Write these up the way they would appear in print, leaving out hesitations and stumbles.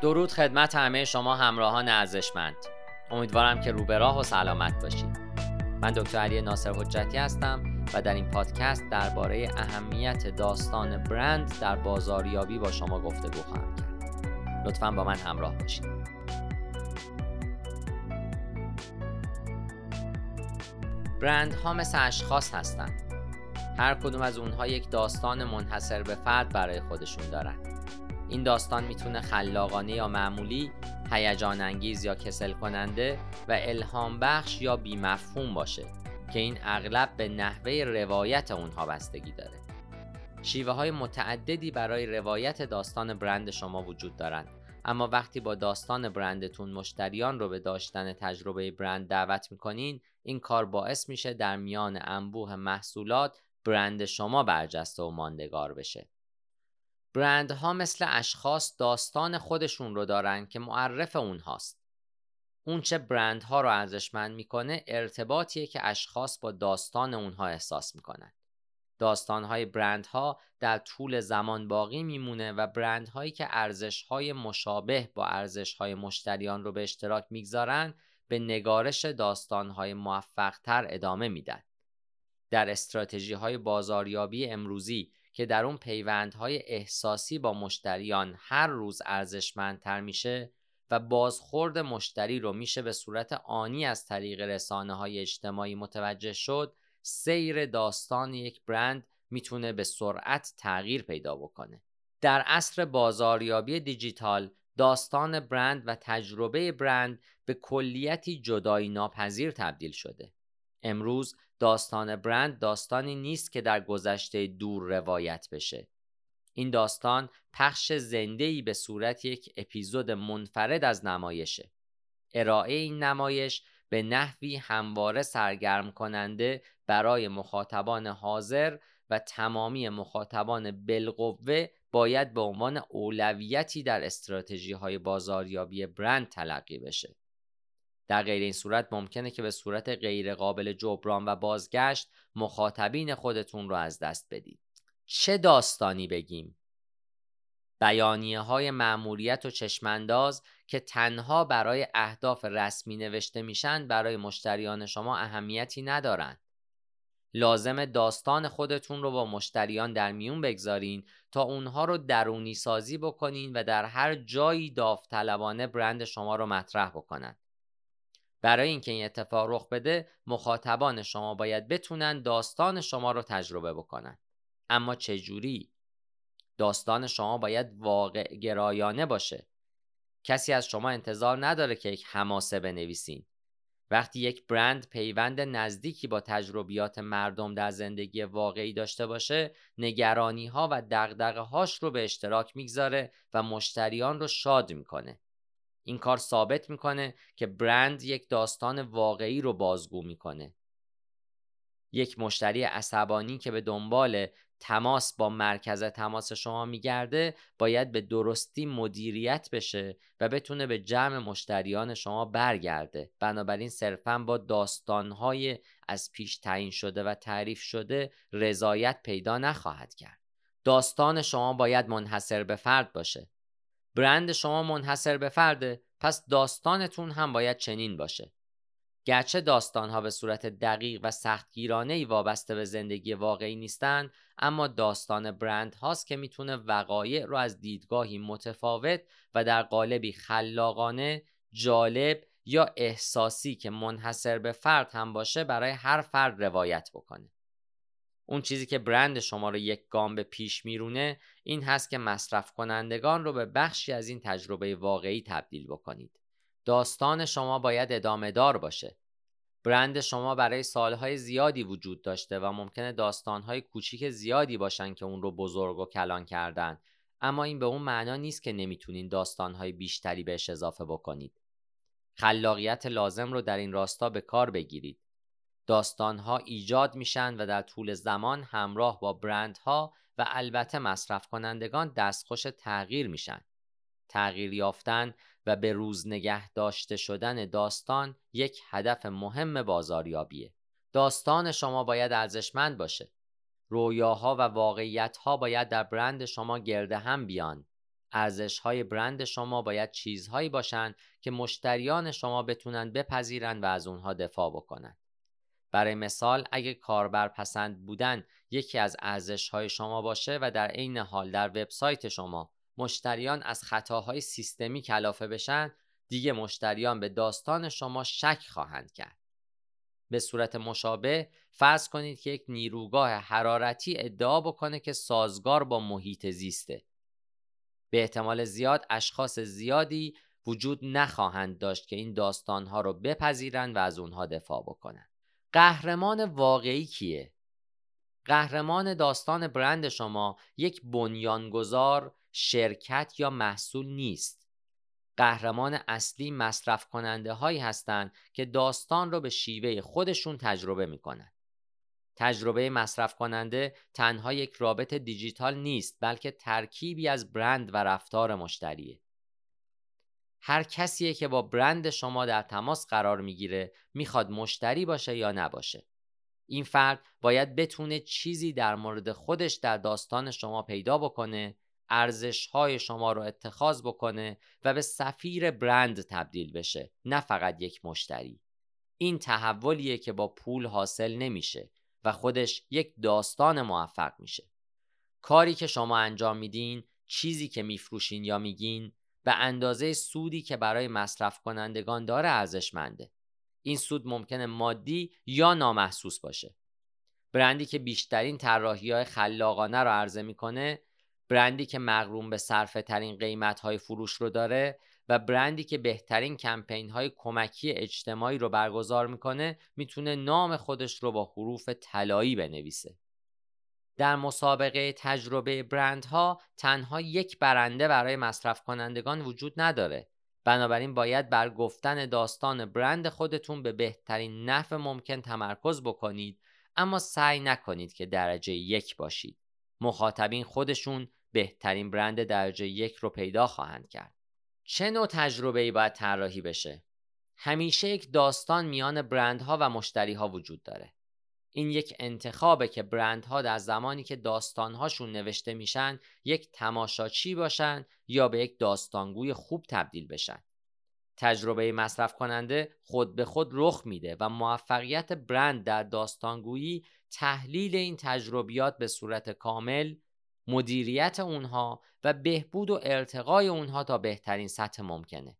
درود خدمت همه شما همراهان ارزشمند. امیدوارم که رو به راه و سلامت باشید. من دکتر علی ناصر حجتی هستم و در این پادکست درباره اهمیت داستان برند در بازاریابی با شما گفتگو خواهم کرد. لطفاً با من همراه باشید. برندها مثل اشخاص هستند. هر کدوم از اونها یک داستان منحصر به فرد برای خودشون دارن. این داستان میتونه خلاقانه یا معمولی، هیجان انگیز یا کسل کننده و الهام بخش یا بی مفهوم باشه که این اغلب به نحوه روایت اونها بستگی داره. شیوه های متعددی برای روایت داستان برند شما وجود دارند، اما وقتی با داستان برندتون مشتریان رو به داشتن تجربه برند دعوت میکنین، این کار باعث میشه در میان انبوه محصولات برند شما برجسته و ماندگار بشه. برندها مثل اشخاص داستان خودشون رو دارن که معرف اونهاست. اون چه برندها رو ارزشمند میکنه ارتباطیه که اشخاص با داستان اونها احساس میکنن. داستانهای برندها در طول زمان باقی میمونه و برندهایی که ارزشهای مشابه با ارزشهای مشتریان رو به اشتراک میگذارن به نگارش داستانهای موفقتر ادامه میدن. در استراتژی‌های بازاریابی امروزی که در اون پیوندهای احساسی با مشتریان هر روز ارزشمندتر میشه و بازخورد مشتری رو میشه به صورت آنی از طریق رسانه‌های اجتماعی متوجه شد، سیر داستان یک برند میتونه به سرعت تغییر پیدا بکنه. در عصر بازاریابی دیجیتال، داستان برند و تجربه برند به کلیتی جدایی ناپذیر تبدیل شده. امروز داستان برند داستانی نیست که در گذشته دور روایت بشه. این داستان پخش زنده‌ای به صورت یک اپیزود منفرد از نمایشه. ارائه این نمایش به نحوی همواره سرگرم کننده برای مخاطبان حاضر و تمامی مخاطبان بالقوه باید به عنوان اولویتی در استراتژی‌های بازاریابی برند تلقی بشه. در غیر این صورت ممکنه که به صورت غیر قابل جبران و بازگشت مخاطبین خودتون رو از دست بدید. چه داستانی بگیم؟ بیانیه‌های مأموریت و چشمانداز که تنها برای اهداف رسمی نوشته میشن برای مشتریان شما اهمیتی ندارن. لازم داستان خودتون رو با مشتریان در میون بگذارین تا اونها رو درونی سازی بکنین و در هر جایی داوطلبانه برند شما رو مطرح بکنن. برای اینکه این اتفاق رخ بده، مخاطبان شما باید بتونن داستان شما رو تجربه بکنن. اما چجوری؟ داستان شما باید واقع گرایانه باشه. کسی از شما انتظار نداره که یک حماسه بنویسین. وقتی یک برند پیوند نزدیکی با تجربیات مردم در زندگی واقعی داشته باشه، نگرانی‌ها و دغدغه‌هاش رو به اشتراک میگذاره و مشتریان رو شاد میکنه. این کار ثابت میکنه که برند یک داستان واقعی رو بازگو میکنه. یک مشتری عصبانی که به دنبال تماس با مرکز تماس شما میگرده باید به درستی مدیریت بشه و بتونه به جمع مشتریان شما برگرده. بنابراین صرفاً با داستانهای از پیش تعیین شده و تعریف شده رضایت پیدا نخواهد کرد. داستان شما باید منحصر به فرد باشه. برند شما منحصر به فرده، پس داستانتون هم باید چنین باشه. گرچه داستانها به صورت دقیق و سختگیرانه‌ای وابسته به زندگی واقعی نیستن، اما داستان برند هاست که میتونه وقایع رو از دیدگاهی متفاوت و در قالبی خلاقانه، جالب یا احساسی که منحصر به فرد هم باشه برای هر فرد روایت بکنه. اون چیزی که برند شما رو یک گام به پیش میرونه این هست که مصرف کنندگان رو به بخشی از این تجربه واقعی تبدیل بکنید. داستان شما باید ادامه دار باشه. برند شما برای سالهای زیادی وجود داشته و ممکنه داستانهای کوچیک زیادی باشن که اون رو بزرگ و کلان کردن، اما این به اون معنا نیست که نمیتونین داستانهای بیشتری بهش اضافه بکنید. خلاقیت لازم رو در این راستا به کار بگیرید. داستانها ایجاد میشن و در طول زمان همراه با برندها و البته مصرف کنندگان دستخوش تغییر میشن. تغییر یافتن و به روز نگه داشته شدن داستان یک هدف مهم بازاریابیه. داستان شما باید ارزشمند باشه. رویاها و واقعیتها باید در برند شما گرد هم بیان. ارزش‌های برند شما باید چیزهایی باشن که مشتریان شما بتونن بپذیرن و از اونها دفاع بکنن. برای مثال اگه کاربرپسند بودن یکی از ارزش‌های شما باشه و در عین حال در وبسایت شما مشتریان از خطاهای سیستمی کلافه بشن، دیگه مشتریان به داستان شما شک خواهند کرد. به صورت مشابه فرض کنید که یک نیروگاه حرارتی ادعا بکنه که سازگار با محیط زیسته. به احتمال زیاد اشخاص زیادی وجود نخواهند داشت که این داستانها رو بپذیرن و از اونها دفاع بکنن. قهرمان واقعی کیه؟ قهرمان داستان برند شما یک بنیانگذار، شرکت یا محصول نیست. قهرمان اصلی مصرف کننده هایی هستند که داستان رو به شیوه خودشون تجربه میکنن. تجربه مصرف کننده تنها یک رابط دیجیتال نیست، بلکه ترکیبی از برند و رفتار مشتریه. هر کسیه که با برند شما در تماس قرار میگیره میخواد مشتری باشه یا نباشه. این فرد باید بتونه چیزی در مورد خودش در داستان شما پیدا بکنه، ارزش‌های شما رو اتخاذ بکنه و به سفیر برند تبدیل بشه، نه فقط یک مشتری. این تحولیه که با پول حاصل نمیشه و خودش یک داستان موفق میشه. کاری که شما انجام میدین، چیزی که میفروشین یا میگین، به اندازه سودی که برای مصرف کنندگان داره ارزشمنده. این سود ممکنه مادی یا نامحسوس باشه. برندی که بیشترین طراحی‌های خلاقانه رو عرضه میکنه، برندی که مغروم به صرفه ترین قیمت‌های فروش رو داره و برندی که بهترین کمپین‌های کمکی اجتماعی رو برگزار میکنه، میتونه نام خودش رو با حروف طلایی بنویسه. در مسابقه تجربه برندها تنها یک برنده برای مصرف کنندگان وجود نداره. بنابراین باید بر گفتن داستان برند خودتون به بهترین نحو ممکن تمرکز بکنید، اما سعی نکنید که درجه 1 باشید. مخاطبین خودشون بهترین برند درجه 1 رو پیدا خواهند کرد. چه نوع تجربه‌ای باید طراحی بشه؟ همیشه یک داستان میان برندها و مشتریها وجود داره. این یک انتخابه که برندها در زمانی که داستانهاشون نوشته میشن یک تماشاچی باشن یا به یک داستانگوی خوب تبدیل بشن. تجربه مصرف کننده خود به خود رخ میده و موفقیت برند در داستانگویی تحلیل این تجربیات به صورت کامل، مدیریت اونها و بهبود و ارتقای اونها تا بهترین سطح ممکنه.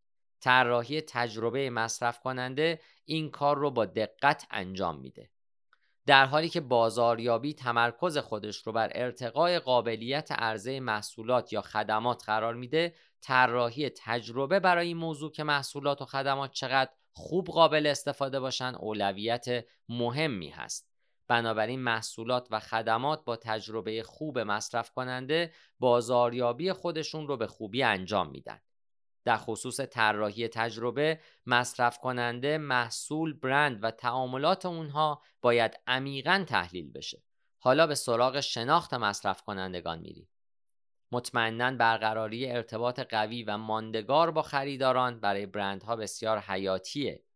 طراحی تجربه مصرف کننده این کار رو با دقت انجام میده. در حالی که بازاریابی تمرکز خودش رو بر ارتقای قابلیت عرضه محصولات یا خدمات قرار میده، طراحی تجربه برای این موضوع که محصولات و خدمات چقدر خوب قابل استفاده باشن اولویت مهمی هست. بنابراین محصولات و خدمات با تجربه خوب مصرف کننده بازاریابی خودشون رو به خوبی انجام میدن. در خصوص طراحی تجربه، مصرف کننده، محصول، برند و تعاملات اونها باید عمیقاً تحلیل بشه. حالا به سراغ شناخت مصرف کنندگان میریم. مطمئناً برقراری ارتباط قوی و ماندگار با خریداران برای برندها بسیار حیاتیه.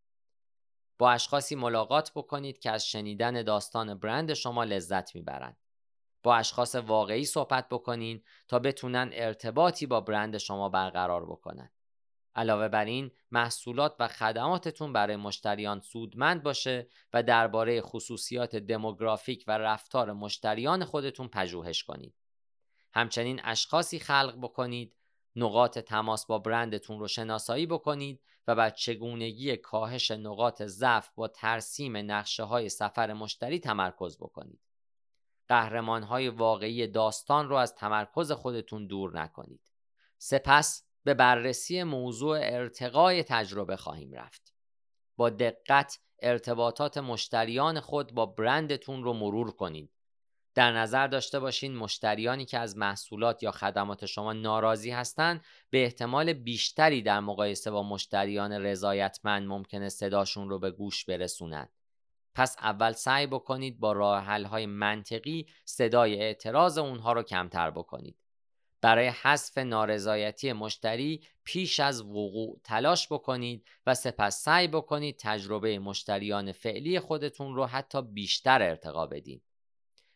با اشخاصی ملاقات بکنید که از شنیدن داستان برند شما لذت میبرند. با اشخاص واقعی صحبت بکنین تا بتونن ارتباطی با برند شما برقرار بکنن. علاوه بر این، محصولات و خدماتتون برای مشتریان سودمند باشه و درباره خصوصیات دموگرافیک و رفتار مشتریان خودتون پژوهش کنید. همچنین اشخاصی خلق بکنید، نقاط تماس با برندتون رو شناسایی بکنید و بر چگونگی کاهش نقاط ضعف با ترسیم نقشه‌های سفر مشتری تمرکز بکنید. قهرمان‌های واقعی داستان رو از تمرکز خودتون دور نکنید. سپس به بررسی موضوع ارتقای تجربه خواهیم رفت. با دقت ارتباطات مشتریان خود با برندتون رو مرور کنید. در نظر داشته باشین مشتریانی که از محصولات یا خدمات شما ناراضی هستند به احتمال بیشتری در مقایسه با مشتریان رضایتمند ممکنه صداشون رو به گوش برسونند. پس اول سعی بکنید با راه حل‌های منطقی صدای اعتراض اونها رو کمتر بکنید. برای حذف نارضایتی مشتری پیش از وقوع تلاش بکنید و سپس سعی بکنید تجربه مشتریان فعلی خودتون رو حتی بیشتر ارتقا بدین.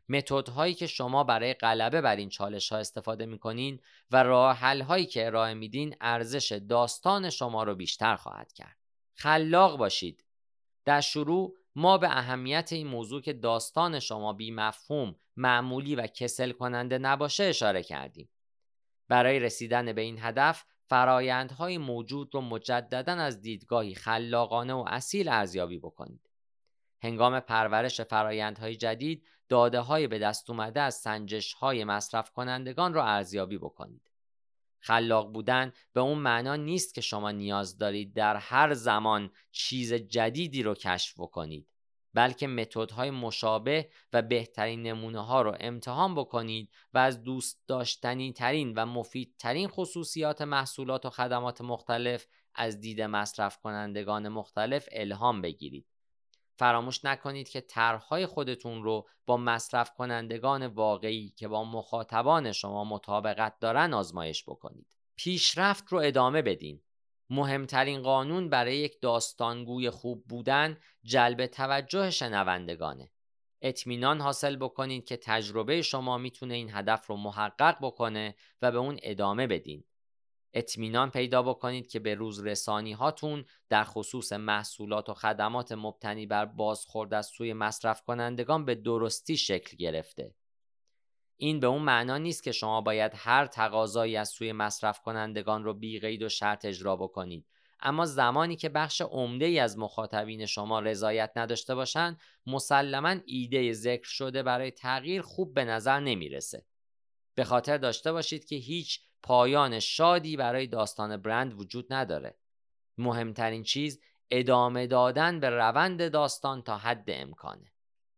متدهایی که شما برای غلبه بر این چالش‌ها استفاده می‌کنین و راه حل‌هایی که ارائه میدین ارزش داستان شما رو بیشتر خواهد کرد. خلاق باشید. در شروع ما به اهمیت این موضوع که داستان شما بی‌مفهوم، معمولی و کسل کننده نباشه اشاره کردیم. برای رسیدن به این هدف فرایندهای موجود رو مجدداً از دیدگاهی خلاقانه و اصیل ارزیابی بکنید. هنگام پرورش فرایندهای جدید، داده‌های به دست اومده از سنجش‌های مصرف کنندگان را ارزیابی بکنید. خلاق بودن به اون معنا نیست که شما نیاز دارید در هر زمان چیز جدیدی رو کشف بکنید، بلکه متدهای مشابه و بهترین نمونه‌ها رو امتحان بکنید و از دوست داشتنی ترین و مفیدترین خصوصیات محصولات و خدمات مختلف از دید مصرف کنندگان مختلف الهام بگیرید. فراموش نکنید که طرح‌های خودتون رو با مصرف کنندگان واقعی که با مخاطبان شما مطابقت دارن آزمایش بکنید. پیشرفت رو ادامه بدین. مهمترین قانون برای یک داستانگوی خوب بودن جلب توجه شنوندگانه. اطمینان حاصل بکنید که تجربه شما میتونه این هدف رو محقق بکنه و به اون ادامه بدین. اطمینان پیدا بکنید که به روز رسانی هاتون در خصوص محصولات و خدمات مبتنی بر بازخورد از سوی مصرف کنندگان به درستی شکل گرفته. این به اون معنا نیست که شما باید هر تقاضایی از سوی مصرف کنندگان رو بی قید و شرط اجرا بکنید، اما زمانی که بخش عمده‌ای از مخاطبین شما رضایت نداشته باشن، مسلماً ایده ذکر شده برای تغییر خوب به نظر نمیرسه. به خاطر داشته باشید که هیچ پایان شادی برای داستان برند وجود نداره. مهمترین چیز ادامه دادن به روند داستان تا حد امکانه.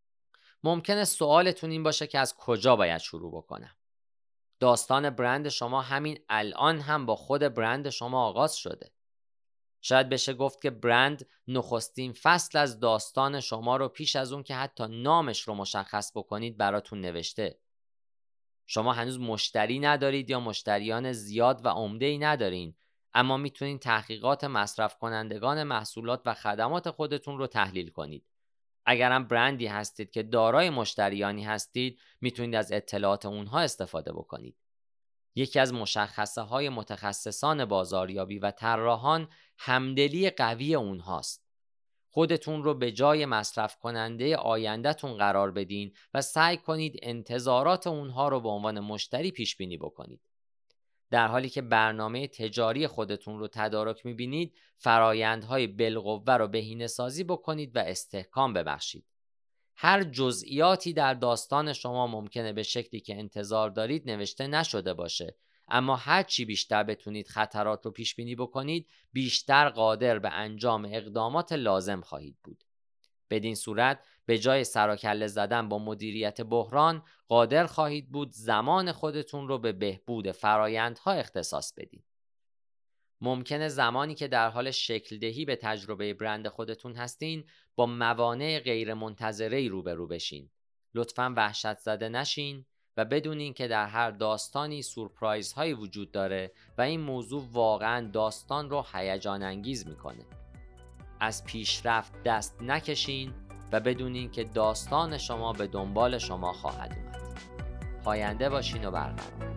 ممکنه سوالتون این باشه که از کجا باید شروع بکنم؟ داستان برند شما همین الان هم با خود برند شما آغاز شده. شاید بشه گفت که برند نخستین فصل از داستان شما رو پیش از اون که حتی نامش رو مشخص بکنید براتون نوشته. شما هنوز مشتری ندارید یا مشتریان زیاد و عمده‌ای ندارین، اما میتونید تحقیقات مصرف کنندگان محصولات و خدمات خودتون رو تحلیل کنید. اگرم برندی هستید که دارای مشتریانی هستید، میتونید از اطلاعات اونها استفاده بکنید. یکی از مشخصه های متخصصان بازاریابی و طراحان همدلی قوی اونهاست. خودتون رو به جای مصرف کننده آینده‌تون قرار بدین و سعی کنید انتظارات اونها رو به عنوان مشتری پیش بینی بکنید. در حالی که برنامه تجاری خودتون رو تدارک می‌بینید، فرایندهای بالقوه رو بهینه‌سازی بکنید و استحکام ببخشید. هر جزئیاتی در داستان شما ممکنه به شکلی که انتظار دارید نوشته نشده باشه، اما هر چی بیشتر بتونید خطرات رو پیش بینی بکنید، بیشتر قادر به انجام اقدامات لازم خواهید بود. بدین صورت به جای سر و کله زدن با مدیریت بحران، قادر خواهید بود زمان خودتون رو به بهبود فرایندها اختصاص بدید. ممکنه زمانی که در حال شکل دهی به تجربه برند خودتون هستین، با موانع غیر منتظره‌ای روبرو بشین. لطفاً وحشت زده نشین و بدونین که در هر داستانی سورپرایز هایی وجود داره و این موضوع واقعاً داستان رو هیجان انگیز میکنه. از پیشرفت دست نکشین و بدونین که داستان شما به دنبال شما خواهد اومد. پاینده باشین و برقرار.